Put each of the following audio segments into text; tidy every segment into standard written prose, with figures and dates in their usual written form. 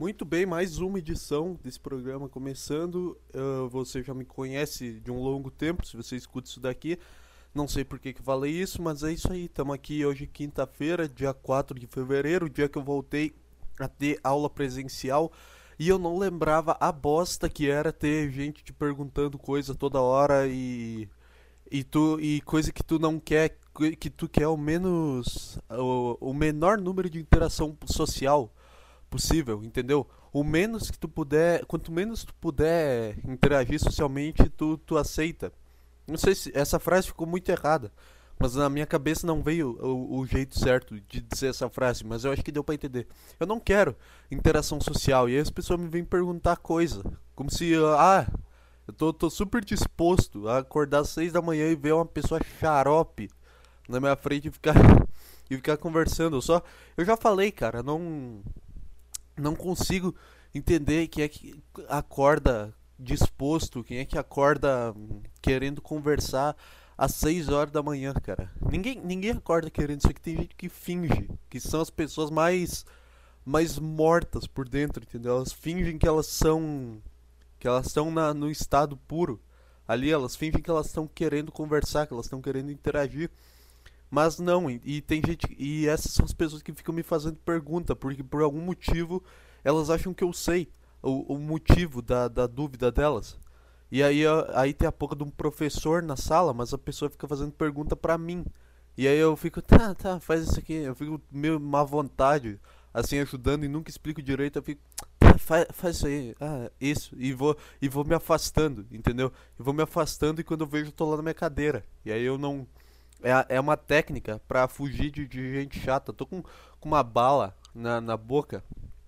Muito bem, mais uma edição desse programa começando. Você já me conhece de um longo tempo, se você escuta isso daqui. Não sei por que eu falei isso, mas é isso aí. Estamos aqui hoje, quinta-feira, dia 4 de fevereiro, dia que eu voltei a ter aula presencial. E eu não lembrava a bosta que era ter gente te perguntando coisa toda hora e coisa que tu não quer, que tu quer o menos, o menor número de interação social possível, entendeu? O menos que tu puder, quanto menos tu puder interagir socialmente, tu aceita. Não sei se essa frase ficou muito errada, mas na minha cabeça não veio o jeito certo de dizer essa frase, mas eu acho que deu pra entender. Eu não quero interação social, e aí as pessoas me vêm perguntar coisa, como se, eu tô super disposto a acordar às 6 da manhã e ver uma pessoa xarope na minha frente e ficar conversando. Eu já falei, cara, não consigo entender quem é que acorda disposto, quem é que acorda querendo conversar às 6 horas da manhã, cara. Ninguém acorda querendo isso aqui, tem gente que finge, que são as pessoas mais mortas por dentro, entendeu? Elas fingem que elas estão no estado puro. Ali elas fingem que elas estão querendo conversar, que elas estão querendo interagir. Mas não, e tem gente. E essas são as pessoas que ficam me fazendo pergunta, porque por algum motivo elas acham que eu sei o motivo da dúvida delas. E aí tem a porra de um professor na sala, mas a pessoa fica fazendo pergunta pra mim. E aí eu fico, tá, faz isso aqui. Eu fico meio má vontade, assim, ajudando e nunca explico direito. Eu fico, tá, faz isso aí, isso. E vou me afastando, entendeu? Eu vou me afastando e quando eu vejo eu tô lá na minha cadeira. E aí eu não. É uma técnica pra fugir de gente chata. Eu tô com uma bala na boca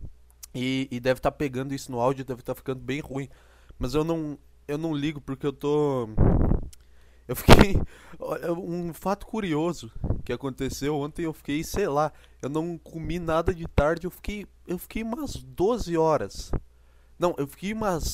e deve estar pegando isso no áudio, deve estar ficando bem ruim. Mas eu não ligo porque eu tô. Eu fiquei. Um fato curioso que aconteceu ontem, eu fiquei, sei lá, eu não comi nada de tarde, eu fiquei umas 12 horas. Não, eu fiquei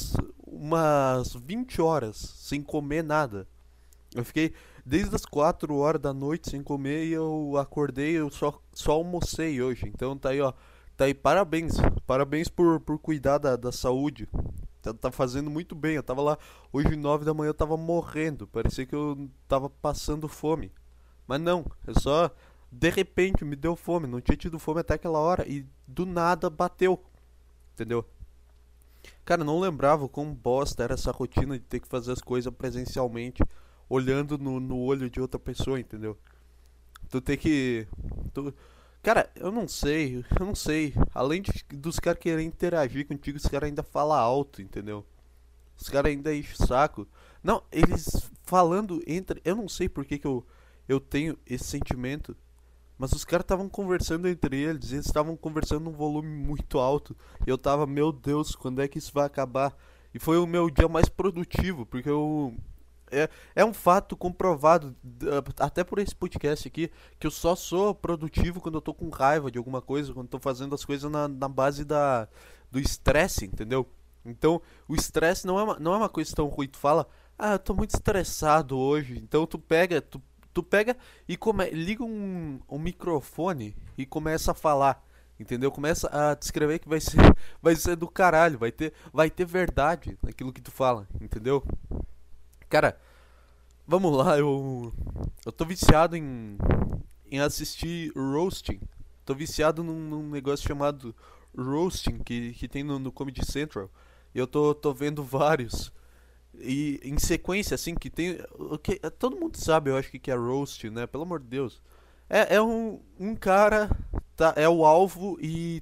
umas 20 horas sem comer nada. Eu fiquei desde as 4 horas da noite sem comer e eu acordei, eu só almocei hoje. Então tá aí, ó. Tá aí, parabéns. Parabéns por cuidar da saúde. Tá fazendo muito bem. Eu tava lá hoje 9 da manhã, eu tava morrendo. Parecia que eu tava passando fome. Mas não, eu só de repente me deu fome. Não tinha tido fome até aquela hora e do nada bateu. Entendeu? Cara, eu não lembrava o quão bosta era essa rotina de ter que fazer as coisas presencialmente, olhando no olho de outra pessoa, entendeu? Tu tem que. Cara, eu não sei. Além dos caras quererem interagir contigo, os caras ainda falam alto, entendeu? Os caras ainda enchem o saco. Não, eles falando entre. Eu não sei por que eu tenho esse sentimento. Mas os caras estavam conversando entre eles estavam conversando num volume muito alto. E eu tava, meu Deus, quando é que isso vai acabar? E foi o meu dia mais produtivo, porque eu. É um fato comprovado, até por esse podcast aqui, que eu só sou produtivo quando eu tô com raiva de alguma coisa, quando eu tô fazendo as coisas na base do estresse, entendeu? Então, o estresse não é uma coisa tão ruim. Tu fala, eu tô muito estressado hoje. Então, tu pega e liga um microfone e começa a falar. Entendeu? Começa a descrever que vai ser do caralho, vai ter verdade naquilo que tu fala, entendeu? Cara, vamos lá, eu tô viciado em assistir roasting. Tô viciado num negócio chamado roasting que tem no Comedy Central. E eu tô vendo vários. E em sequência, assim, que tem. Todo mundo sabe, eu acho que é roast, né? Pelo amor de Deus. É um cara, tá, é o alvo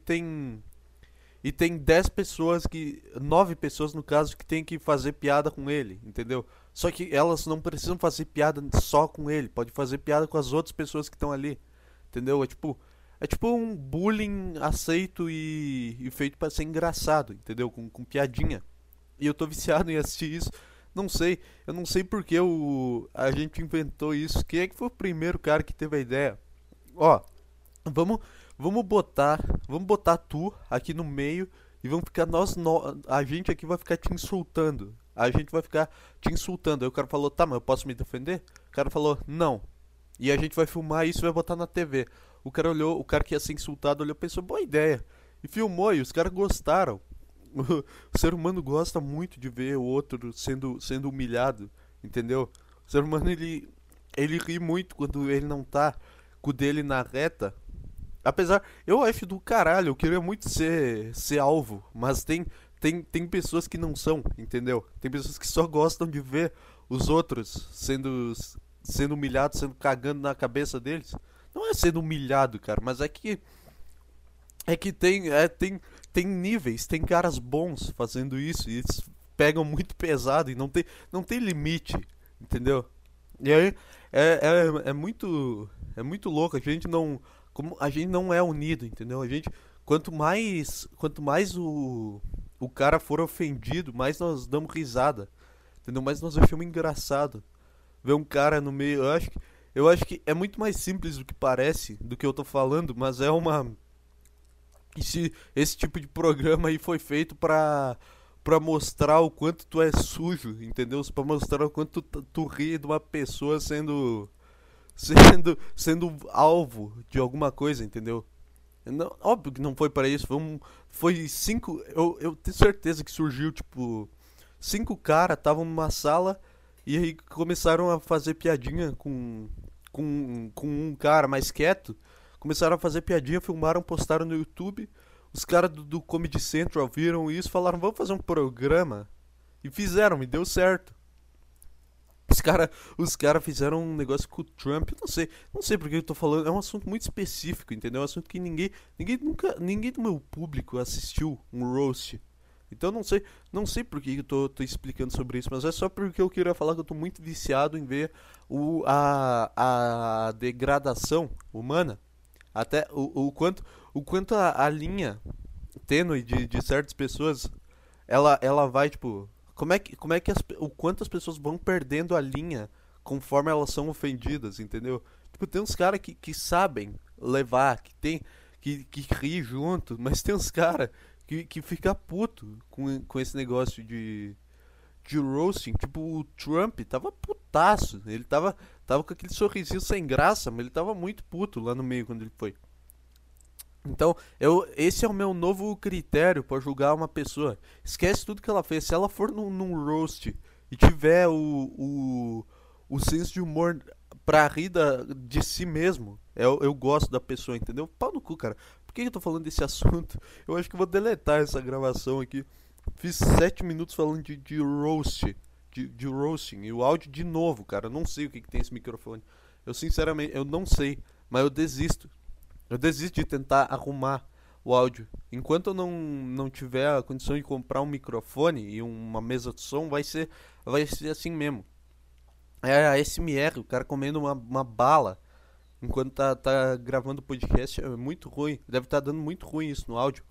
e tem 10 pessoas 9 pessoas no caso que tem que fazer piada com ele, entendeu? Só que elas não precisam fazer piada só com ele, pode fazer piada com as outras pessoas que estão ali, entendeu? É tipo um bullying aceito e feito pra ser engraçado, entendeu? Com piadinha. E eu tô viciado em assistir isso. Eu não sei porque a gente inventou isso. Quem é que foi o primeiro cara que teve a ideia? Ó, Vamos, vamos botar tu aqui no meio e vamos ficar a gente aqui vai ficar te insultando. A gente vai ficar te insultando. Aí o cara falou, tá, mas eu posso me defender? O cara falou, não. E a gente vai filmar isso e vai botar na TV. O cara que ia ser insultado olhou e pensou, boa ideia. e filmou, e os caras gostaram. O ser humano gosta muito de ver o outro sendo humilhado, entendeu? O ser humano, ele ri muito quando ele não tá com o dele na reta. Apesar, eu acho do caralho, eu queria muito ser alvo, mas tem pessoas que não são, entendeu? Tem pessoas que só gostam de ver os outros sendo humilhados, sendo cagando na cabeça deles. Não é sendo humilhado, cara, mas é que tem níveis, tem caras bons fazendo isso, e eles pegam muito pesado e não tem limite, entendeu? E aí é muito louco, a gente não, como a gente não é unido, entendeu? A gente, quanto mais o cara for ofendido, mais nós damos risada, entendeu? Mais nós achamos engraçado ver um cara no meio. Eu acho que é muito mais simples do que parece, do que eu tô falando, mas é uma. Esse tipo de programa aí foi feito pra mostrar o quanto tu é sujo, entendeu? Pra mostrar o quanto tu ri de uma pessoa sendo alvo de alguma coisa, entendeu? Não, óbvio que não foi para isso, foi cinco. Eu tenho certeza que surgiu, tipo, cinco caras estavam numa sala e aí começaram a fazer piadinha com um cara mais quieto. Começaram a fazer piadinha, filmaram, postaram no YouTube. Os caras do Comedy Central viram isso, falaram: vamos fazer um programa. E fizeram, e deu certo. Os cara fizeram um negócio com o Trump, eu não sei porque eu tô falando, é um assunto muito específico, entendeu? É um assunto que ninguém do meu público assistiu um roast. Então não sei por que eu tô explicando sobre isso, mas é só porque eu queria falar que eu tô muito viciado em ver a degradação humana. Até o quanto a linha tênue de certas pessoas, ela vai, tipo, como é que o quanto as pessoas vão perdendo a linha conforme elas são ofendidas, entendeu? Tipo, tem uns caras que sabem levar, que ri junto, mas tem uns caras que fica puto com esse negócio de roasting. Tipo, o Trump tava putaço, ele tava com aquele sorrisinho sem graça, mas ele tava muito puto lá no meio quando ele foi. Então, esse é o meu novo critério pra julgar uma pessoa. Esquece tudo que ela fez. Se ela for num roast e tiver o senso de humor pra rir de si mesmo, eu gosto da pessoa, entendeu? Pau no cu, cara. Por que eu tô falando desse assunto? Eu acho que eu vou deletar essa gravação aqui. Fiz 7 minutos falando de roast, de roasting, e o áudio de novo, cara. Eu não sei o que tem esse microfone. Eu sinceramente, eu não sei, mas eu desisto. Eu desisto de tentar arrumar o áudio. Enquanto eu não tiver a condição de comprar um microfone e uma mesa de som, vai ser assim mesmo. É a SMR, o cara comendo uma bala enquanto tá gravando o podcast, é muito ruim. Deve estar dando muito ruim isso no áudio.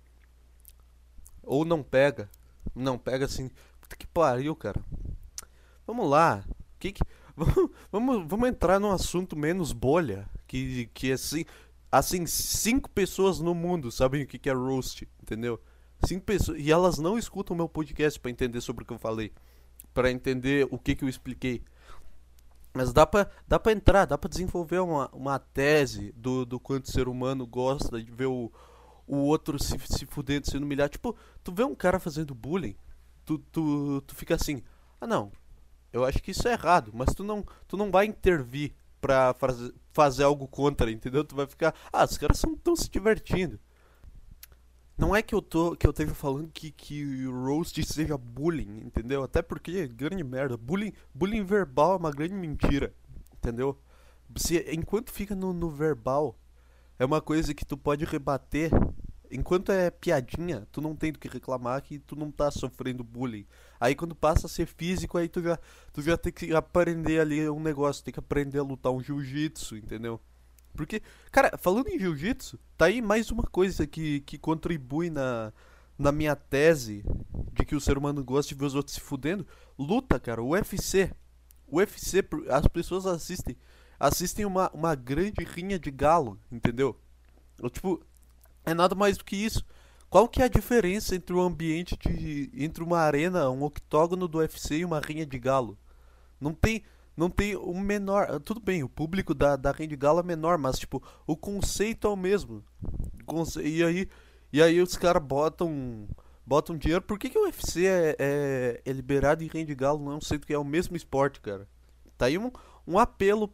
Ou não pega. Não pega assim. Puta que pariu, cara. Vamos lá. Vamos entrar num assunto menos bolha. Que assim, 5 pessoas no mundo sabem o que é roast, entendeu? 5 pessoas. E elas não escutam meu podcast pra entender sobre o que eu falei. Pra entender o que eu expliquei. Mas dá pra entrar, dá pra desenvolver uma tese do quanto o ser humano gosta de ver o outro se fudendo, sendo humilhado. Tipo, tu vê um cara fazendo bullying, tu fica assim: ah, não, eu acho que isso é errado, mas tu não vai intervir pra fazer algo contra, entendeu? Tu vai ficar: ah, os caras tão se divertindo. Não é que eu esteja falando que o roast seja bullying, entendeu? Até porque, grande merda, bullying verbal é uma grande mentira, entendeu? Enquanto fica no verbal, é uma coisa que tu pode rebater. Enquanto é piadinha, tu não tem do que reclamar, que tu não tá sofrendo bullying. Aí quando passa a ser físico, aí tu já tem que aprender ali um negócio, tem que aprender a lutar um jiu-jitsu, entendeu? Porque, cara, falando em jiu-jitsu, tá aí mais uma coisa que contribui na minha tese de que o ser humano gosta de ver os outros se fudendo. Luta, cara, o UFC. O UFC, as pessoas assistem uma grande rinha de galo, entendeu? Tipo, é nada mais do que isso. Qual que é a diferença entre o ambiente entre uma arena, um octógono do UFC e uma rinha de galo? Não tem, não tem o menor. Tudo bem, o público da rinha de galo é menor, mas tipo, o conceito é o mesmo. E aí, E aí os caras botam dinheiro. Por que, que o UFC é liberado e rende galo, não? Sendo que é o mesmo esporte, cara. Tá aí um apelo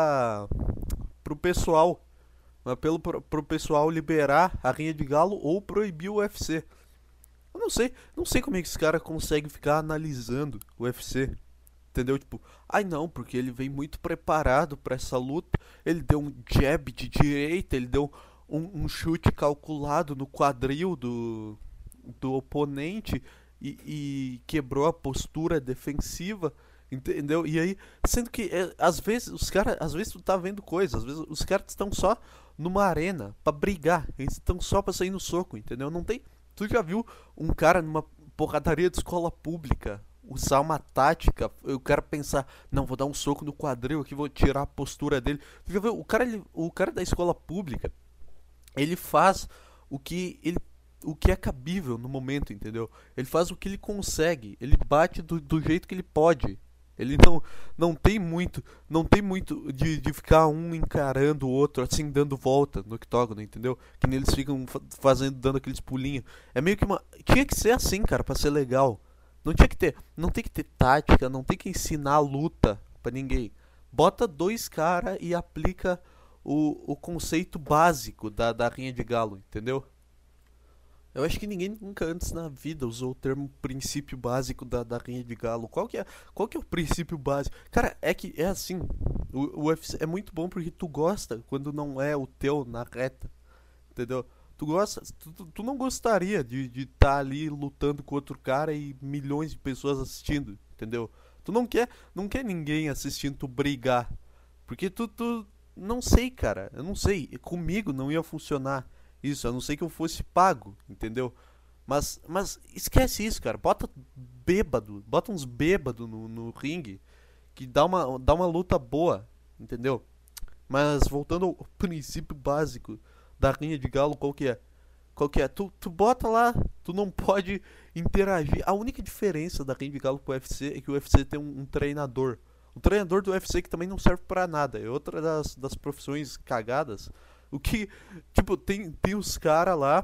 pro pessoal. Um apelo pro pessoal liberar a rinha de galo ou proibir o UFC. Eu não sei como é que esse cara consegue ficar analisando o UFC. Entendeu? Tipo, ai não, porque ele vem muito preparado pra essa luta. Ele deu um jab de direita, ele deu um chute calculado no quadril do oponente e quebrou a postura defensiva. Entendeu? E aí, sendo que às vezes os caras, às vezes tu tá vendo coisas, às vezes os caras estão só numa arena pra brigar, eles estão só pra sair no soco, entendeu? Não tem. Tu já viu um cara numa porradaria de escola pública usar uma tática, o cara pensar, não, vou dar um soco no quadril aqui, vou tirar a postura dele. Tu já viu? O cara da escola pública, ele faz o que ele o que é cabível no momento, entendeu? Ele faz o que ele consegue, ele bate do jeito que ele pode. Ele não tem muito de ficar um encarando o outro, assim, dando volta no octógono, entendeu? Que nem eles ficam fazendo, dando aqueles pulinhos. É meio que uma. Tinha que ser assim, cara, pra ser legal. Não tem que ter tática, não tem que ensinar a luta pra ninguém. Bota dois caras e aplica o conceito básico da rinha de galo, entendeu? Eu acho que ninguém nunca antes na vida usou o termo princípio básico da rinha de galo. Qual que é o princípio básico? Cara, é que é assim. O UFC é muito bom porque tu gosta quando não é o teu na reta, entendeu? Tu gosta, tu não gostaria de estar ali lutando com outro cara e milhões de pessoas assistindo, entendeu? Tu não quer ninguém assistindo tu brigar. Porque tu não sei, cara, eu não sei, comigo não ia funcionar isso, a não ser que eu fosse pago, entendeu? Mas esquece isso, cara. Bota uns bêbado no ringue que dá uma luta boa, entendeu? Mas voltando ao princípio básico da rinha de galo, qual que é? Qual que é? Tu bota lá, tu não pode interagir. A única diferença da rinha de galo pro UFC é que o UFC tem um treinador. O treinador do UFC que também não serve pra nada. É outra das profissões cagadas. O que, tipo, tem os caras lá.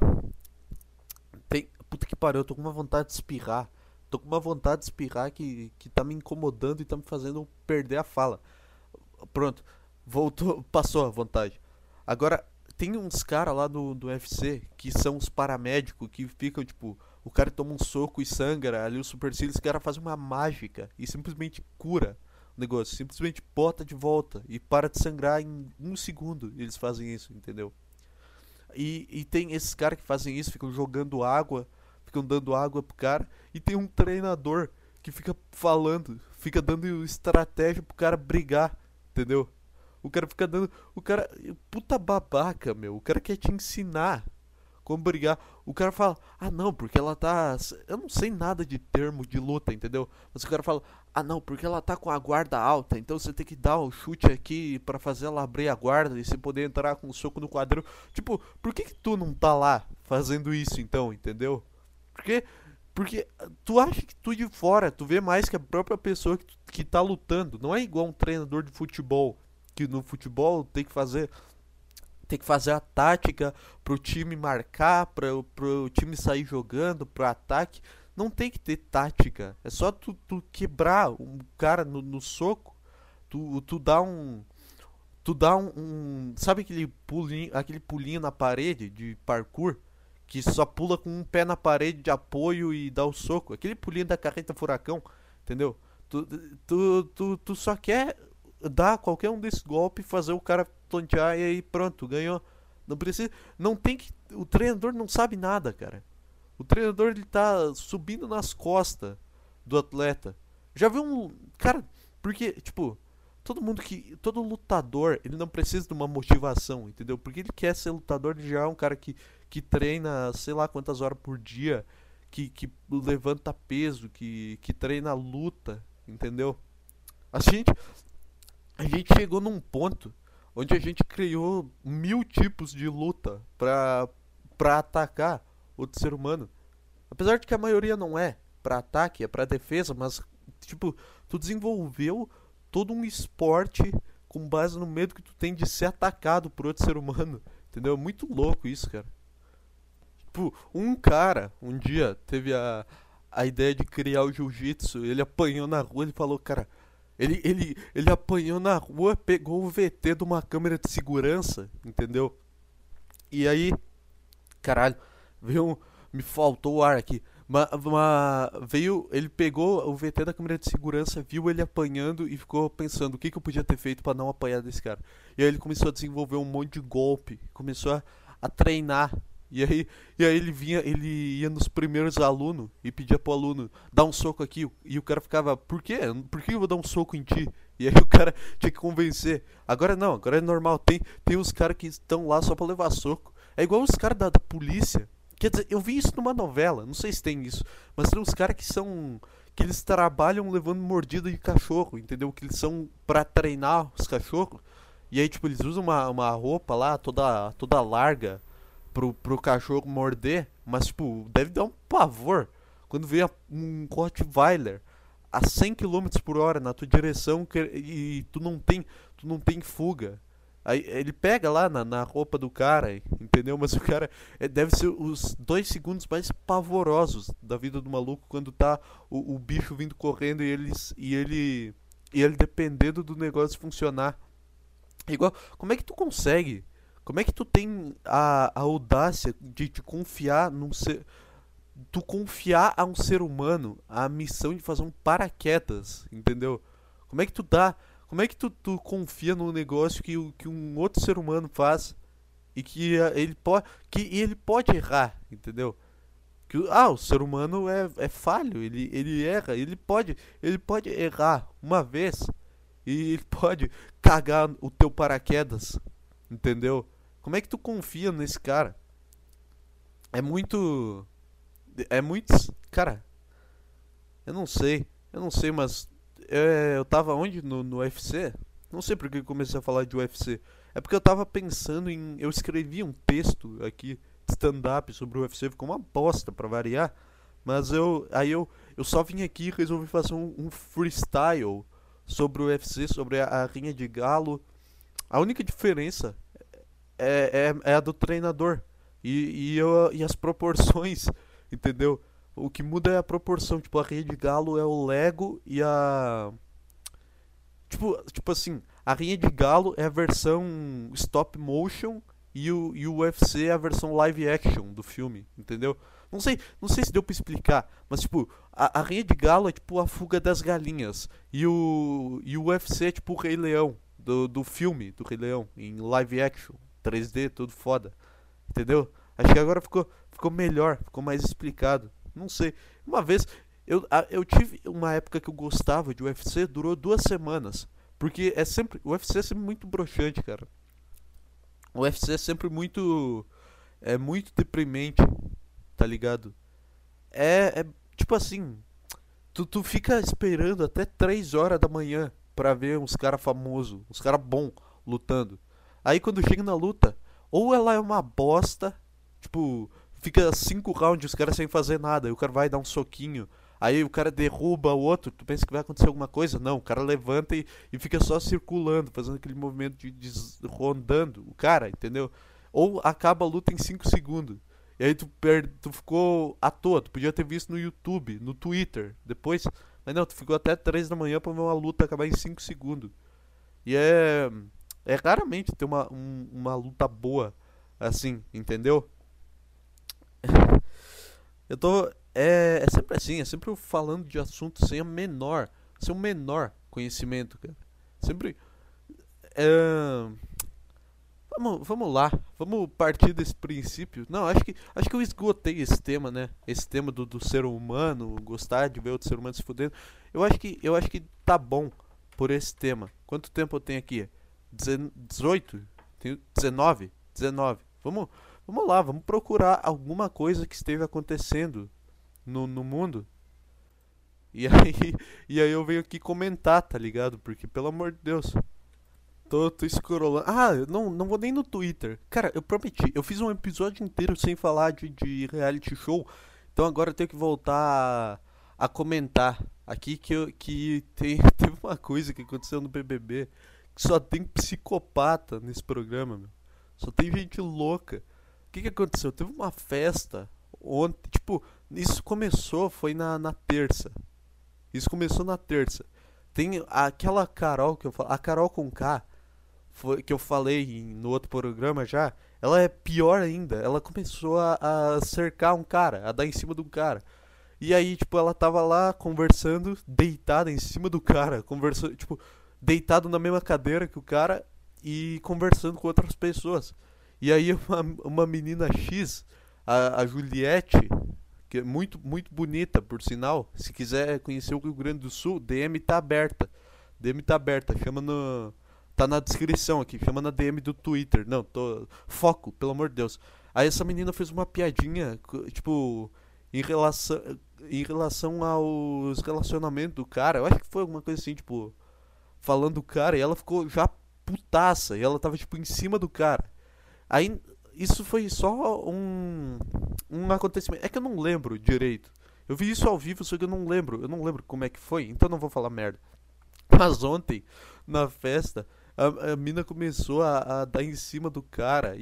Puta que pariu, eu tô com uma vontade de espirrar. Tô com uma vontade de espirrar que tá me incomodando e tá me fazendo perder a fala. Pronto, voltou, passou a vontade. Agora, tem uns caras lá do UFC que são os paramédicos que ficam, tipo, o cara toma um soco e sangra, ali o supercílio, esse cara faz uma mágica e simplesmente cura o negócio, simplesmente bota de volta e para de sangrar em um segundo. Eles fazem isso, entendeu? E tem esses caras que fazem isso, ficam jogando água, ficam dando água pro cara, e tem um treinador que fica falando, fica dando estratégia pro cara brigar, entendeu? O cara fica dando. O cara. Puta babaca, meu. O cara quer te ensinar como brigar. O cara fala, ah não, porque ela tá. Eu não sei nada de termo de luta, entendeu? Mas o cara fala, ah não, porque ela tá com a guarda alta, então você tem que dar o chute aqui pra fazer ela abrir a guarda e você poder entrar com um soco no quadril. Tipo, por que tu não tá lá fazendo isso então, entendeu? Porque. Porque tu acha que tu de fora, tu vê mais que a própria pessoa que tá lutando. Não é igual um treinador de futebol, que no futebol tem que fazer a tática pro time marcar, pro time sair jogando, pro ataque. Não tem que ter tática. É só tu quebrar um cara no soco. Tu dá um. Tu dá sabe aquele pulinho na parede de parkour? Que só pula com um pé na parede de apoio e dá o soco. Aquele pulinho da carreta furacão, entendeu? Tu, tu só quer dar qualquer um desses golpes, fazer o cara tontear e aí pronto, ganhou. Não precisa. Não tem que. O treinador não sabe nada, cara. O treinador ele tá subindo nas costas do atleta. Já viu um. Cara, porque, tipo, todo lutador, ele não precisa de uma motivação, entendeu? Porque ele quer ser lutador, ele já é um cara que treina sei lá quantas horas por dia, que levanta peso, que treina luta, entendeu? A gente, a gente chegou num ponto onde a gente criou 1000 tipos de luta pra atacar outro ser humano. Apesar de que a maioria não é pra ataque, é pra defesa, mas, tipo, tu desenvolveu todo um esporte com base no medo que tu tem de ser atacado por outro ser humano. Entendeu? É muito louco isso, cara. Tipo, um cara, um dia, teve a ideia de criar o jiu-jitsu. Ele apanhou na rua, ele falou, cara. Ele apanhou na rua, pegou o VT de uma câmera de segurança, entendeu? E aí, caralho, veio. Me faltou o ar aqui. Veio. Ele pegou o VT da câmera de segurança, viu ele apanhando e ficou pensando o que, que eu podia ter feito pra não apanhar desse cara. E aí ele começou a desenvolver um monte de golpe, começou a treinar. E aí ele ia nos primeiros alunos e pedia pro aluno dar um soco aqui. E o cara ficava, por quê? Por que eu vou dar um soco em ti? E aí o cara tinha que convencer. Agora não, agora é normal. Tem uns caras que estão lá só pra levar soco. É igual os caras da polícia. Quer dizer, eu vi isso numa novela, não sei se tem isso. Mas tem uns caras que são. Que eles trabalham levando mordida de cachorro, entendeu? Que eles são pra treinar os cachorros. E aí, tipo, eles usam uma roupa lá toda larga pro cachorro morder, mas tipo, deve dar um pavor quando vem um Rottweiler a 100 km por hora na tua direção e tu não tem fuga. Aí ele pega lá na roupa do cara, entendeu? Mas o cara deve ser os 2 segundos mais pavorosos da vida do maluco quando tá o bicho vindo correndo e ele dependendo do negócio funcionar. Igual, como é que tu consegue? Como é que tu tem a audácia de te confiar num ser. Tu confiar a um ser humano a missão de fazer um paraquedas, entendeu? Como é que tu dá. Como é que tu confia num negócio que um outro ser humano faz e que ele pode errar, entendeu? O ser humano é falho, ele erra, ele pode errar uma vez e ele pode cagar o teu paraquedas, entendeu? Como é que tu confia nesse cara? É muito. É muito. Cara, eu não sei. Eu não sei, mas. Eu tava onde? No UFC? Não sei porque eu comecei a falar de UFC. É porque eu tava pensando em. Eu escrevi um texto aqui de stand-up sobre o UFC, ficou uma bosta pra variar. Mas eu só vim aqui e resolvi fazer um freestyle sobre o UFC, sobre a rinha de galo. A única diferença é a do treinador. E as proporções, entendeu? O que muda é a proporção. Tipo, a rinha de galo é o Lego e a. Tipo assim, a rinha de galo é a versão stop motion e o UFC é a versão live action do filme, entendeu? Não sei se deu pra explicar, mas tipo, a rinha de galo é tipo a fuga das galinhas e o UFC é tipo o Rei Leão, do filme do Rei Leão, em live action, 3D, tudo foda, entendeu? Acho que agora ficou melhor, ficou mais explicado. Não sei. Uma vez, eu tive uma época que eu gostava de UFC, durou 2 semanas. Porque o UFC é sempre muito broxante, cara. O UFC é sempre muito. É muito deprimente, tá ligado? É tipo assim. Tu fica esperando até 3 horas da manhã pra ver uns cara famosos, uns cara bom lutando. Aí quando chega na luta, ou ela é uma bosta, tipo, fica 5 rounds os caras sem fazer nada, aí o cara vai dar um soquinho, aí o cara derruba o outro, tu pensa que vai acontecer alguma coisa? Não, o cara levanta e fica só circulando, fazendo aquele movimento de rondando o cara, entendeu? Ou acaba a luta em 5 segundos. E aí tu ficou à toa, tu podia ter visto no YouTube, no Twitter, depois. Mas não, tu ficou até 3 da manhã pra ver uma luta acabar em 5 segundos. E é raramente ter uma luta boa assim, entendeu? Eu tô. É sempre assim, é sempre eu falando de assuntos sem o menor conhecimento, cara. Sempre. É, vamos lá, vamos partir desse princípio. Não, acho que eu esgotei esse tema, né? Esse tema do ser humano, gostar de ver outro ser humano se fudendo. Eu acho que tá bom por esse tema. Quanto tempo eu tenho aqui? 18? Tenho 19? 19. Vamos lá, vamos procurar alguma coisa que esteja acontecendo no mundo. E aí, e aí eu venho aqui comentar, tá ligado? Porque, pelo amor de Deus, tô scrollando. Ah, eu não vou nem no Twitter. Cara, eu prometi. Eu fiz um episódio inteiro sem falar de reality show. Então agora eu tenho que voltar a comentar. Aqui teve uma coisa que aconteceu no BBB. Que só tem psicopata nesse programa, meu. Só tem gente louca. que aconteceu? Teve uma festa ontem, tipo, isso começou, foi na terça. Isso começou na terça. Tem aquela Carol que eu falo, a Carol com K, que eu falei no outro programa já, ela é pior ainda. Ela começou a cercar um cara, a dar em cima de um cara. E aí, tipo, ela tava lá conversando, deitada em cima do cara, conversando, tipo, deitado na mesma cadeira que o cara e conversando com outras pessoas. E aí uma menina X, a Juliette, que é muito, muito bonita, por sinal, se quiser conhecer o Rio Grande do Sul, DM tá aberta. DM tá aberta, chama no... Tá na descrição aqui, chama na DM do Twitter. Não, tô... Foco, pelo amor de Deus. Aí essa menina fez uma piadinha, tipo, em relação, em relação aos relacionamentos do cara. Eu acho que foi alguma coisa assim, tipo, falando do cara, e ela ficou já putaça, e ela tava, tipo, em cima do cara. Aí, isso foi só um acontecimento. É que eu não lembro direito. Eu vi isso ao vivo, só que eu não lembro como é que foi, então não vou falar merda. Mas ontem, na festa, a mina começou a dar em cima do cara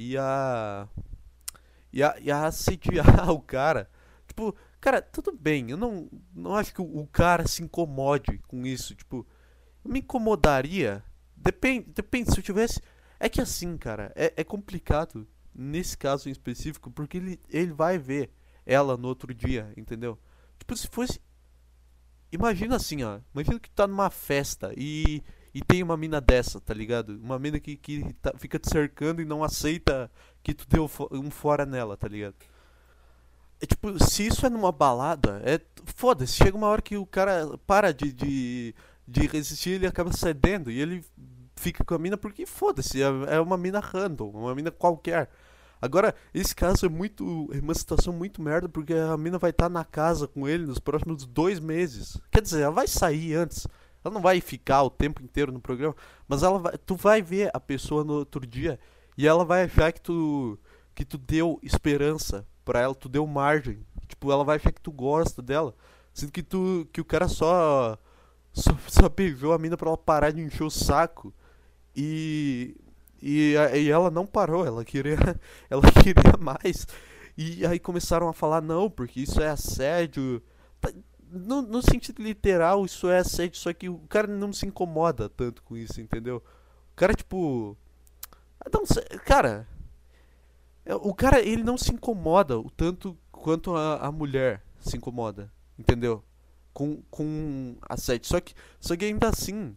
e a assediar o cara. Tipo, cara, tudo bem, eu não acho que o cara se incomode com isso. Tipo, eu me incomodaria. Depende, se eu tivesse. É que assim, cara, é complicado nesse caso em específico, porque ele vai ver ela no outro dia, entendeu? Tipo, se fosse. Imagina assim, ó. Imagina que tu tá numa festa e tem uma mina dessa, tá ligado? Uma mina que fica te cercando e não aceita que tu deu um fora nela, tá ligado? É tipo, se isso é numa balada, é. Foda-se, chega uma hora que o cara para de resistir, ele acaba cedendo e ele fica com a mina porque foda-se, é uma mina random, uma mina qualquer. Agora, esse caso é uma situação muito merda porque a mina vai estar na casa com ele nos próximos 2 meses. Quer dizer, ela vai sair antes, ela não vai ficar o tempo inteiro no programa, mas tu vai ver a pessoa no outro dia e ela vai achar que tu deu esperança pra ela, tu deu margem. Tipo, ela vai achar que tu gosta dela, sendo que o cara só beijou a mina pra ela parar de encher o saco. E, e ela não parou, ela queria, ela queria mais. E aí começaram a falar, não, porque isso é assédio. No sentido literal, isso é assédio, só que o cara não se incomoda tanto com isso, entendeu? O cara, tipo. Não sei, cara, o cara, ele não se incomoda o tanto quanto a mulher se incomoda, entendeu? Com assédio. Só que ainda assim,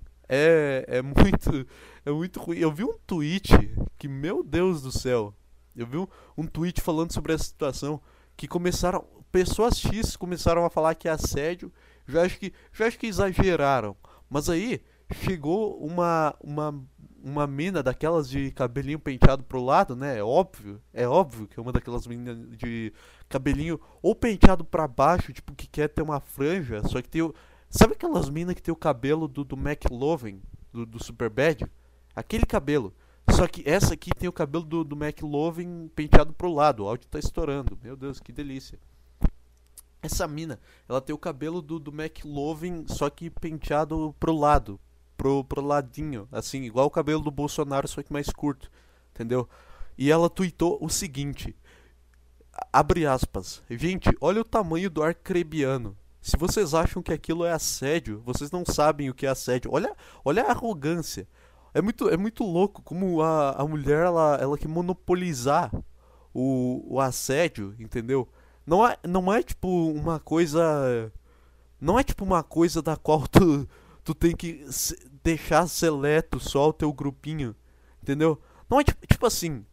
é muito ruim. Eu vi um tweet que, meu Deus do céu, eu vi um tweet falando sobre essa situação que pessoas X começaram a falar que é assédio, já acho que exageraram. Mas aí chegou uma mina daquelas de cabelinho penteado pro lado, né? É óbvio que é uma daquelas meninas de cabelinho ou penteado pra baixo, tipo que quer ter uma franja, só que sabe aquelas minas que tem o cabelo do McLovin, do Superbad? Aquele cabelo. Só que essa aqui tem o cabelo do McLovin penteado pro lado. O áudio tá estourando. Meu Deus, que delícia. Essa mina, ela tem o cabelo do McLovin, só que penteado pro lado. Pro ladinho. Assim, igual o cabelo do Bolsonaro, só que mais curto. Entendeu? E ela tweetou o seguinte. Abre aspas. Gente, olha o tamanho do arcrebiano. Se vocês acham que aquilo é assédio, vocês não sabem o que é assédio. Olha a arrogância. É muito louco como a mulher ela quer monopolizar o assédio, entendeu? Não é tipo uma coisa. Não é tipo uma coisa da qual tu tem que deixar seleto só o teu grupinho, entendeu? Não é tipo assim.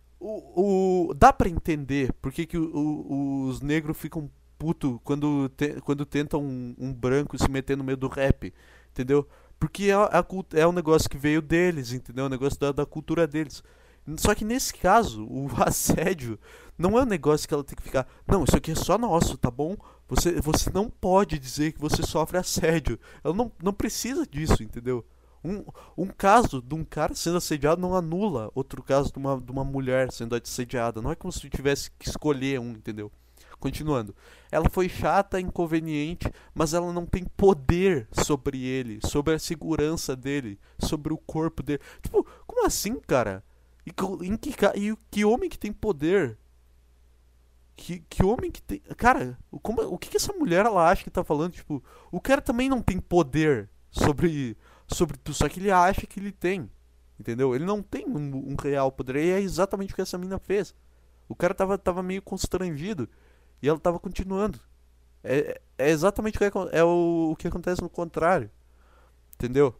Dá pra entender por que os negros ficam puto quando tentam um branco se meter no meio do rap, entendeu? Porque é um negócio que veio deles, entendeu? É um negócio da cultura deles. Só que nesse caso, o assédio não é um negócio que ela tem que ficar. Não, isso aqui é só nosso, tá bom? Você não pode dizer que você sofre assédio. Ela não precisa disso, entendeu? Um caso de um cara sendo assediado não anula outro caso de uma mulher sendo assediada. Não é como se tivesse que escolher um, entendeu? Continuando. Ela foi chata, inconveniente, mas ela não tem poder sobre ele, sobre a segurança dele, sobre o corpo dele. Tipo, como assim, cara? E que homem que tem poder Que homem que tem. Cara, o que essa mulher ela acha que tá falando? Tipo, o cara também não tem poder sobre tudo, só que ele acha que ele tem. Entendeu? Ele não tem um real poder. E é exatamente o que essa mina fez. O cara tava meio constrangido. E ela tava continuando. É exatamente o que acontece no contrário. Entendeu?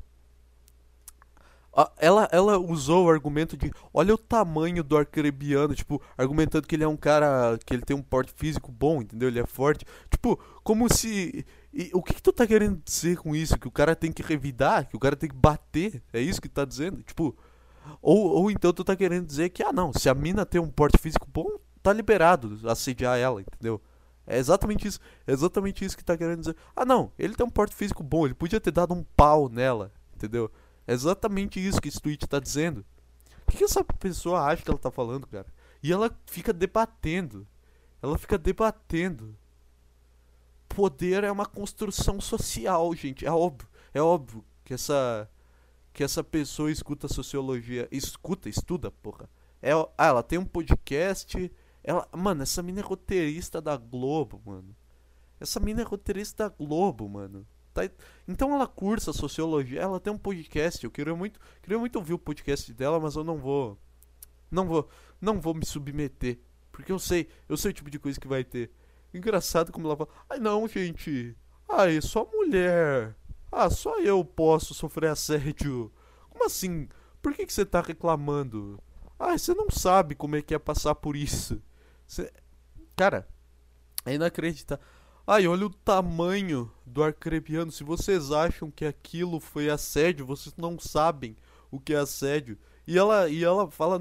Ela usou o argumento de olha o tamanho do arcrebiano, tipo, argumentando que ele é um cara, que ele tem um porte físico bom, entendeu? Ele é forte. Tipo, como se. O que tu tá querendo dizer com isso? Que o cara tem que revidar? Que o cara tem que bater? É isso que tu tá dizendo? Tipo, ou então tu tá querendo dizer que, ah não, se a mina tem um porte físico bom, tá liberado assediar ela, entendeu? É exatamente isso. É exatamente isso que tá querendo dizer. Ah não, ele tem um porte físico bom, ele podia ter dado um pau nela, entendeu? É exatamente isso que esse tweet tá dizendo. O que essa pessoa acha que ela tá falando, cara? E ela fica debatendo. Ela fica debatendo. Poder é uma construção social, gente. É óbvio que essa pessoa escuta sociologia. Estuda, porra. Ela tem um podcast. Mano, essa mina é roteirista da Globo, mano. Essa mina é roteirista da Globo, mano. Tá, então ela cursa sociologia, ela tem um podcast. Eu queria muito ouvir o podcast dela, mas eu não vou, não vou me submeter, porque eu sei o tipo de coisa que vai ter. Engraçado como ela fala: "Ai não, gente. Ai, só mulher. Ah, só eu posso sofrer assédio. Como assim? Por que você tá reclamando? Ah, você não sabe como é que é passar por isso." Cê- Cara, é inacreditável. Ai, olha o tamanho do arcrebiano. Se vocês acham que aquilo foi assédio, vocês não sabem o que é assédio. E ela fala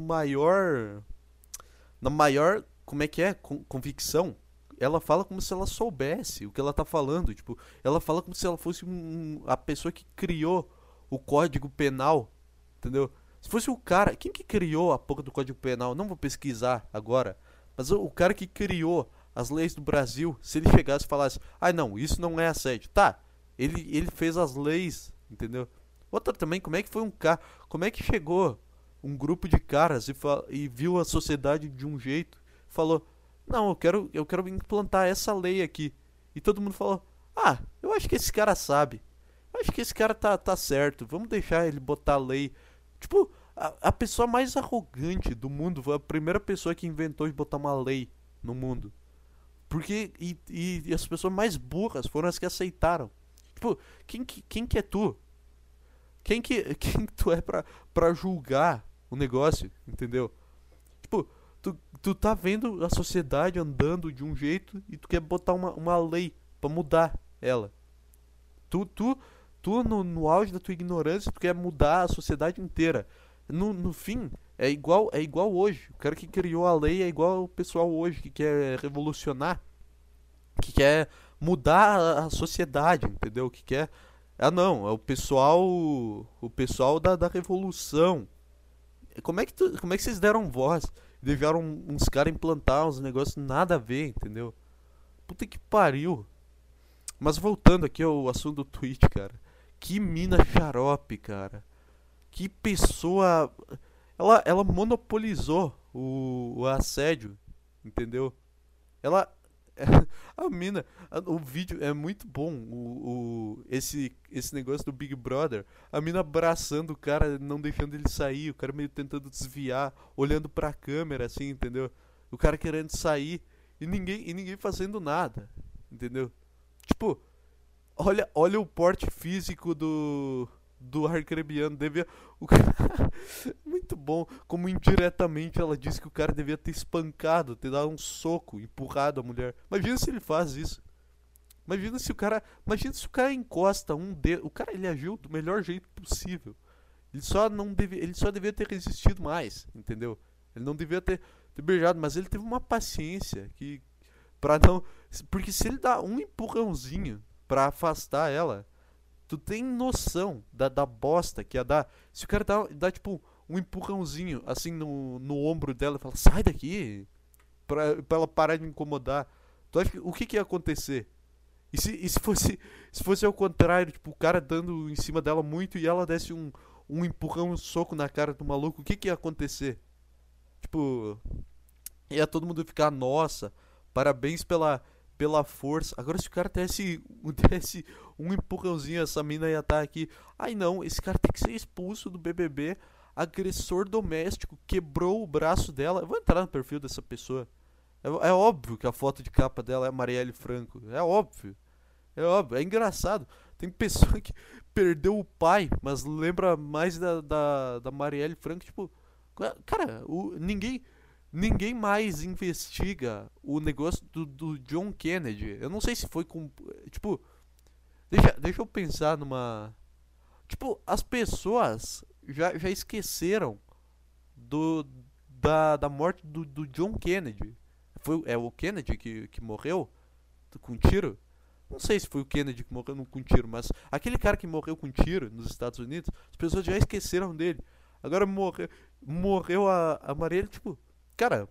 na maior, como é que é? Convicção. Ela fala como se ela soubesse o que ela tá falando. Tipo, ela fala como se ela fosse a pessoa que criou o Código Penal. Entendeu? Se fosse o cara. Quem que criou a porra do Código Penal? Não vou pesquisar agora. Mas o cara que criou as leis do Brasil, se ele chegasse e falasse: "Ah, não, isso não é assédio." Tá, ele fez as leis, entendeu? Outra também, como é que foi um cara. Como é que chegou um grupo de caras e viu a sociedade de um jeito, falou: "Não, eu quero implantar essa lei aqui." E todo mundo falou: "Ah, eu acho que esse cara sabe. Eu acho que esse cara tá certo. Vamos deixar ele botar a lei." Tipo, a pessoa mais arrogante do mundo foi a primeira pessoa que inventou de botar uma lei no mundo. Porque. E as pessoas mais burras foram as que aceitaram. Tipo, quem que é tu? Quem que tu é pra julgar o negócio? Entendeu? Tipo, tu tá vendo a sociedade andando de um jeito e tu quer botar uma lei pra mudar ela. Tu, tu, tu no auge da tua ignorância, tu quer mudar a sociedade inteira. No fim, é igual hoje. O cara que criou a lei é igual o pessoal hoje que quer revolucionar, que quer mudar a sociedade, entendeu? Que quer. Ah não, é o pessoal da revolução. Como é que vocês deram voz? Deixaram uns caras implantar uns negócios nada a ver, entendeu? Puta que pariu. Mas voltando aqui ao assunto do tweet, cara. Que mina xarope, cara. Que pessoa. Ela monopolizou o assédio, entendeu? Ela. A mina. O vídeo é muito bom. Esse negócio do Big Brother. A mina abraçando o cara, não deixando ele sair. O cara meio tentando desviar, olhando pra câmera, assim, entendeu? O cara querendo sair e ninguém fazendo nada, entendeu? Tipo, olha o porte físico do arcrebiano. Devia. O cara, muito bom. Como indiretamente ela disse que o cara devia ter espancado, ter dado um soco, empurrado a mulher. Imagina se ele faz isso. Imagina se o cara encosta um dedo. O cara ele agiu do melhor jeito possível. Ele só devia ter resistido mais, entendeu? Ele não devia ter beijado, mas ele teve uma paciência que pra não, porque se ele dá um empurrãozinho pra afastar ela, tu tem noção da bosta que ia dar. Se o cara dá tipo um empurrãozinho assim no ombro dela e fala: "Sai daqui", pra ela parar de me incomodar. Tu acha o que ia acontecer? Se fosse ao contrário, tipo, o cara dando em cima dela muito e ela desse um empurrão, um soco na cara do maluco, o que ia acontecer? Tipo, Ia todo mundo ficar, nossa, parabéns pela força. Agora se o cara desse um empurrãozinho, essa mina ia estar aqui. Ai não, esse cara tem que ser expulso do BBB. Agressor doméstico, quebrou o braço dela. Eu vou entrar no perfil dessa pessoa. É óbvio que a foto de capa dela é a Marielle Franco. É óbvio. É óbvio. É engraçado. Tem pessoa que perdeu o pai, mas lembra mais da Marielle Franco. Tipo, cara, ninguém mais investiga o negócio do John Kennedy. Eu não sei se foi com. Tipo, deixa eu pensar numa. Tipo, as pessoas já esqueceram do, da morte do John Kennedy. É o Kennedy que morreu com tiro? Não sei se foi o Kennedy que morreu com tiro, mas aquele cara que morreu com tiro nos Estados Unidos, as pessoas já esqueceram dele. Agora morreu a Marielle, tipo, cara,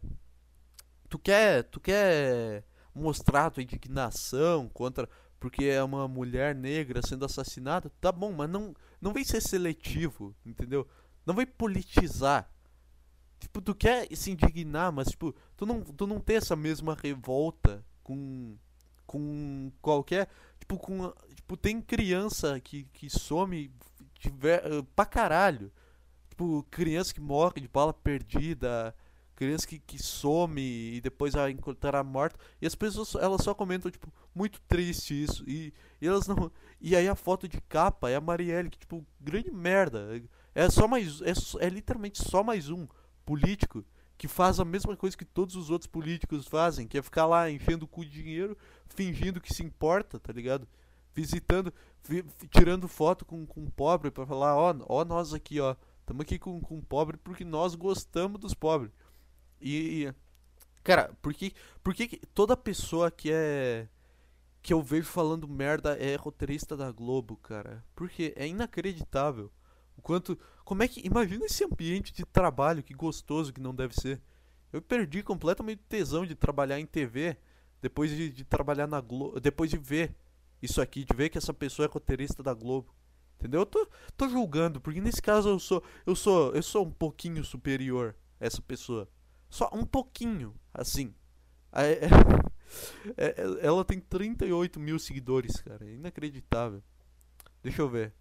tu quer mostrar a tua indignação contra porque é uma mulher negra sendo assassinada? Tá bom, mas não vem ser seletivo, entendeu? Não vem politizar. Tipo, tu quer se indignar, mas tipo, tu não tem essa mesma revolta com qualquer, tipo, tem criança que some pra caralho. Tipo, criança que morre de bala perdida, criança que some e depois vai encontrar morta. E as pessoas, elas só comentam, tipo, muito triste isso. E elas não. E aí a foto de capa é a Marielle, que, tipo, grande merda. É só mais. É literalmente só mais um político que faz a mesma coisa que todos os outros políticos fazem, que é ficar lá enchendo o cu de dinheiro, fingindo que se importa, tá ligado? Visitando, tirando foto com pobre pra falar, ó nós aqui, ó. Estamos aqui com pobre porque nós gostamos dos pobres. E cara, por que toda pessoa que eu vejo falando merda é roteirista da Globo, cara? Porque é inacreditável. O quanto, como é que, imagina esse ambiente de trabalho, que gostoso que não deve ser. Eu perdi completamente o tesão de trabalhar em TV depois de trabalhar na Globo, depois de ver isso aqui, de ver que essa pessoa é roteirista da Globo. Entendeu? Eu tô julgando, porque nesse caso eu sou um pouquinho superior a essa pessoa. Só um pouquinho, assim. Ela tem 38 mil seguidores, cara. É inacreditável. Deixa eu ver.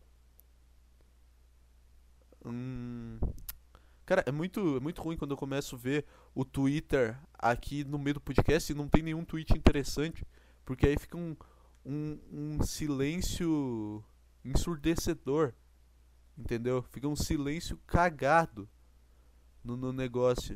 Hum, cara, é muito ruim quando eu começo a ver o Twitter aqui no meio do podcast e não tem nenhum tweet interessante. Porque aí fica um silêncio ensurdecedor. Entendeu? Fica um silêncio cagado no negócio.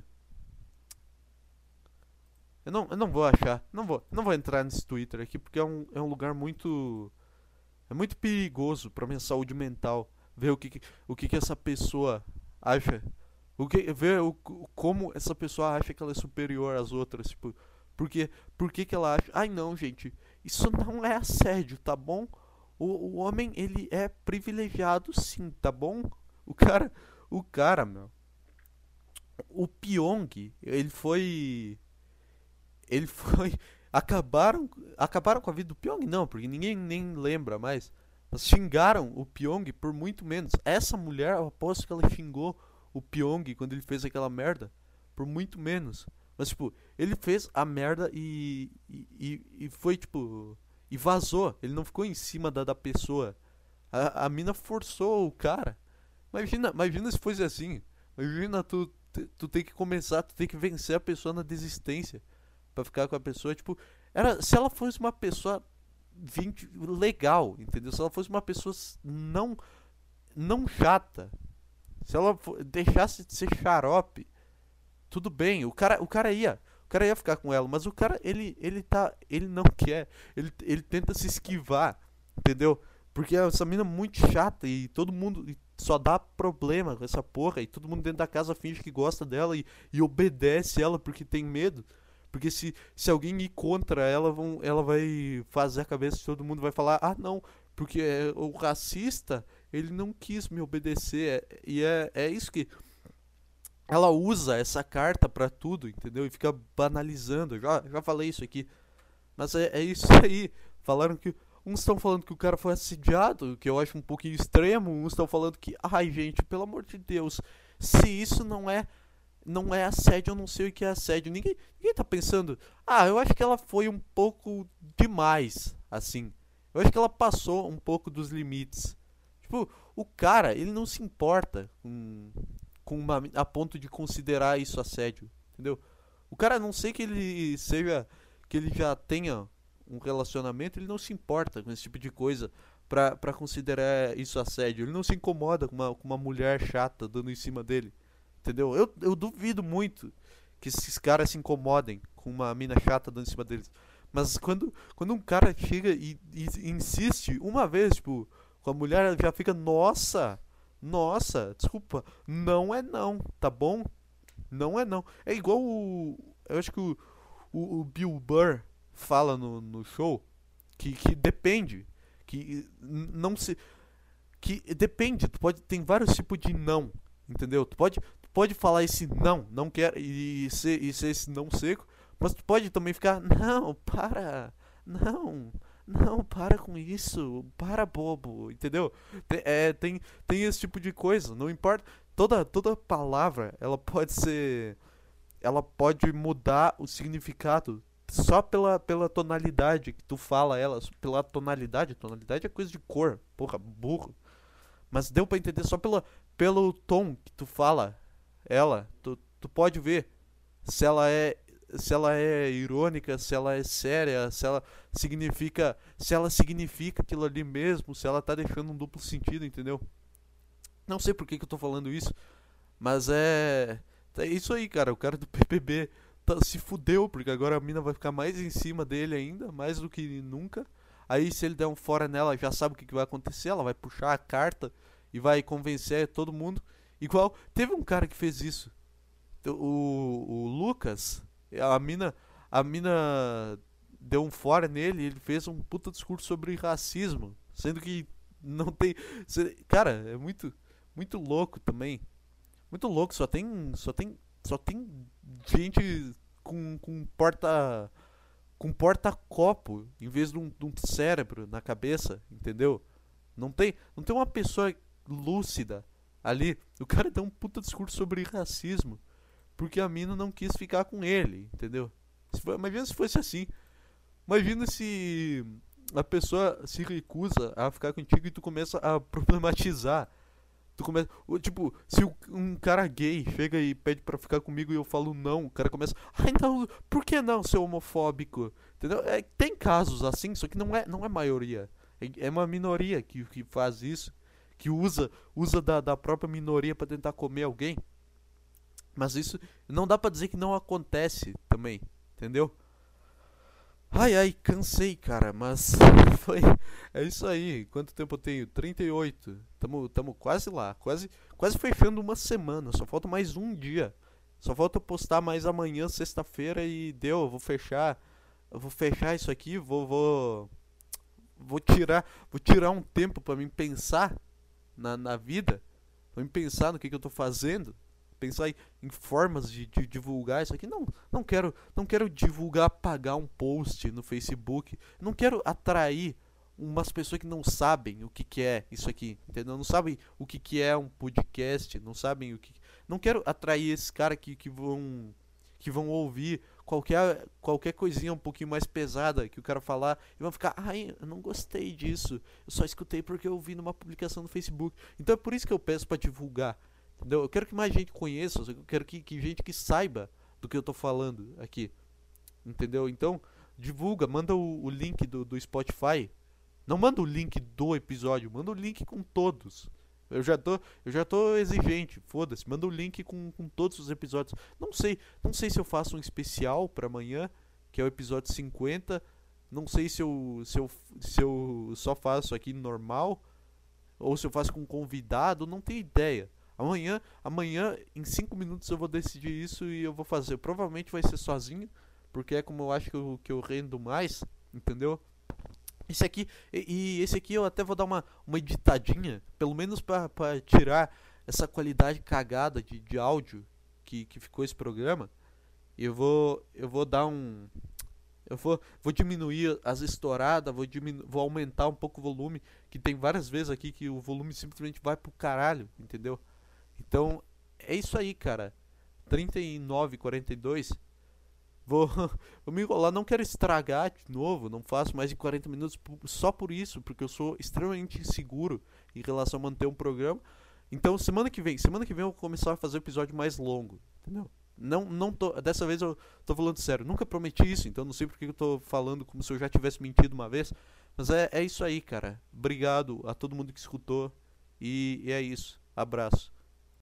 Eu não vou achar. Não vou entrar nesse Twitter aqui porque é um lugar muito. É muito perigoso pra minha saúde mental. Ver o que essa pessoa acha. Ver como essa pessoa acha que ela é superior às outras. Tipo, por que ela acha. Ai não, gente. Isso não é assédio, tá bom? O homem, ele é privilegiado sim, tá bom? O cara. O cara, meu. O Pyong, ele foi. Ele foi. Acabaram com a vida do Pyong? Não, porque ninguém nem lembra mais. Mas xingaram o Pyong por muito menos. Essa mulher, eu aposto que ela xingou o Pyong quando ele fez aquela merda por muito menos. Mas, tipo, ele fez a merda e foi, tipo. E vazou. Ele não ficou em cima da pessoa. A mina forçou o cara. Imagina se fosse assim. Imagina tu tem que começar, tu tem que vencer a pessoa na desistência pra ficar com a pessoa, tipo, se ela fosse uma pessoa 20 legal, entendeu? Se ela fosse uma pessoa não chata, se ela deixasse de ser xarope, tudo bem, o cara ia ficar com ela, mas o cara ele não quer, ele tenta se esquivar, entendeu? Porque essa mina é muito chata e todo mundo só dá problema com essa porra e todo mundo dentro da casa finge que gosta dela e obedece ela porque tem medo. Porque se alguém ir contra ela, ela vai fazer a cabeça de todo mundo, vai falar, ah não, porque o racista, ele não quis me obedecer. E é isso que ela usa essa carta pra tudo, entendeu? E fica banalizando. Já falei isso aqui. Mas é isso aí. Falaram que. Uns estão falando que o cara foi assediado, que eu acho um pouquinho extremo. Uns estão falando que, ai gente, pelo amor de Deus, se isso não é não é assédio, eu não sei o que é assédio. Ninguém tá pensando, eu acho que ela foi um pouco demais, assim. Eu acho que ela passou um pouco dos limites. Tipo, o cara, ele não se importa a ponto de considerar isso assédio, entendeu? O cara, a não sei que ele seja, que ele já tenha um relacionamento, ele não se importa com esse tipo de coisa pra considerar isso assédio. Ele não se incomoda com uma mulher chata dando em cima dele, entendeu? Eu duvido muito que esses caras se incomodem com uma mina chata dando em cima deles. Mas quando um cara chega e insiste uma vez, tipo, com a mulher, ela já fica, nossa, desculpa, não é não, tá bom? Não é não. É igual eu acho que o Bill Burr fala no show que depende. Que não se. Que depende, tem vários tipos de não, entendeu? Tu pode falar esse não quero, e ser esse não seco, mas tu pode também ficar, não, para, não, para com isso, para bobo, entendeu? Tem esse tipo de coisa, não importa, toda palavra, ela pode mudar o significado só pela tonalidade que tu fala ela, pela tonalidade é coisa de cor, porra, burro. Mas deu pra entender só pelo tom que tu fala ela, tu pode ver se ela é irônica, se ela é séria, se ela significa aquilo ali mesmo, se ela tá deixando um duplo sentido, entendeu? Não sei por que eu tô falando isso, mas é isso aí, cara. O cara do PPB se fudeu, porque agora a mina vai ficar mais em cima dele ainda, mais do que nunca. Aí se ele der um fora nela, já sabe o que vai acontecer. Ela vai puxar a carta e vai convencer todo mundo. Igual, teve um cara que fez isso. O Lucas, a mina deu um fora nele e ele fez um puta discurso sobre racismo. Sendo que não tem. Cara, é muito louco também. Muito louco, só tem gente com porta-copo em vez de um cérebro na cabeça, entendeu? Não tem uma pessoa lúcida ali. O cara deu um puta discurso sobre racismo porque a mina não quis ficar com ele, entendeu? Imagina se fosse assim. Imagina se a pessoa se recusa a ficar contigo e tu começa a problematizar. Tu começa. Tipo, se um cara gay chega e pede pra ficar comigo e eu falo não, o cara começa. Ai não, por que não, seu homofóbico? Entendeu? Tem casos assim, só que não é maioria. É uma minoria que faz isso. Que usa da própria minoria pra tentar comer alguém. Mas isso não dá pra dizer que não acontece também. Entendeu? Ai, ai, cansei, cara, mas foi. É isso aí. Quanto tempo eu tenho? 38. Tamo quase lá. Quase fechando uma semana. Só falta mais um dia. Só falta eu postar mais amanhã, sexta-feira, e deu. Eu vou fechar. Eu vou fechar isso aqui. Vou tirar um tempo pra mim pensar na vida. Pra mim pensar no que eu tô fazendo. Pensar em formas de divulgar isso aqui. Não quero divulgar, pagar um post no Facebook. Não quero atrair umas pessoas que não sabem o que é isso aqui, entendeu? Não sabem o que é um podcast, não sabem o que. Não quero atrair esses caras que vão ouvir qualquer coisinha um pouquinho mais pesada que o cara falar e vão ficar, ai, eu não gostei disso. Eu só escutei porque eu vi numa publicação no Facebook. Então é por isso que eu peço pra divulgar. Entendeu? Eu quero que mais gente conheça, eu quero que gente que saiba do que eu tô falando aqui. Entendeu? Então, divulga, manda o link do Spotify. Não manda o link do episódio, manda o link com todos. Eu já tô exigente, foda-se, manda o link com todos os episódios. Não sei se eu faço um especial pra amanhã, que é o episódio 50. Não sei se eu só faço aqui normal ou se eu faço com convidado, não tenho ideia. Amanhã, em 5 minutos eu vou decidir isso e eu vou fazer. Provavelmente vai ser sozinho, porque é como eu acho que eu rendo mais, entendeu? Esse aqui eu até vou dar uma editadinha, pelo menos pra tirar essa qualidade cagada de áudio que ficou esse programa. Eu vou dar um. Eu vou diminuir as estouradas, vou aumentar um pouco o volume, que tem várias vezes aqui que o volume simplesmente vai pro caralho, entendeu? Então, é isso aí, cara. 39:42. Vou, vou me enrolar, não quero estragar de novo, não faço mais de 40 minutos só por isso, porque eu sou extremamente inseguro em relação a manter um programa. Então semana que vem eu vou começar a fazer um episódio mais longo, entendeu? Não tô, dessa vez eu tô falando sério, nunca prometi isso, então não sei porque eu tô falando como se eu já tivesse mentido uma vez, mas é isso aí, cara. Obrigado a todo mundo que escutou e é isso. Abraço.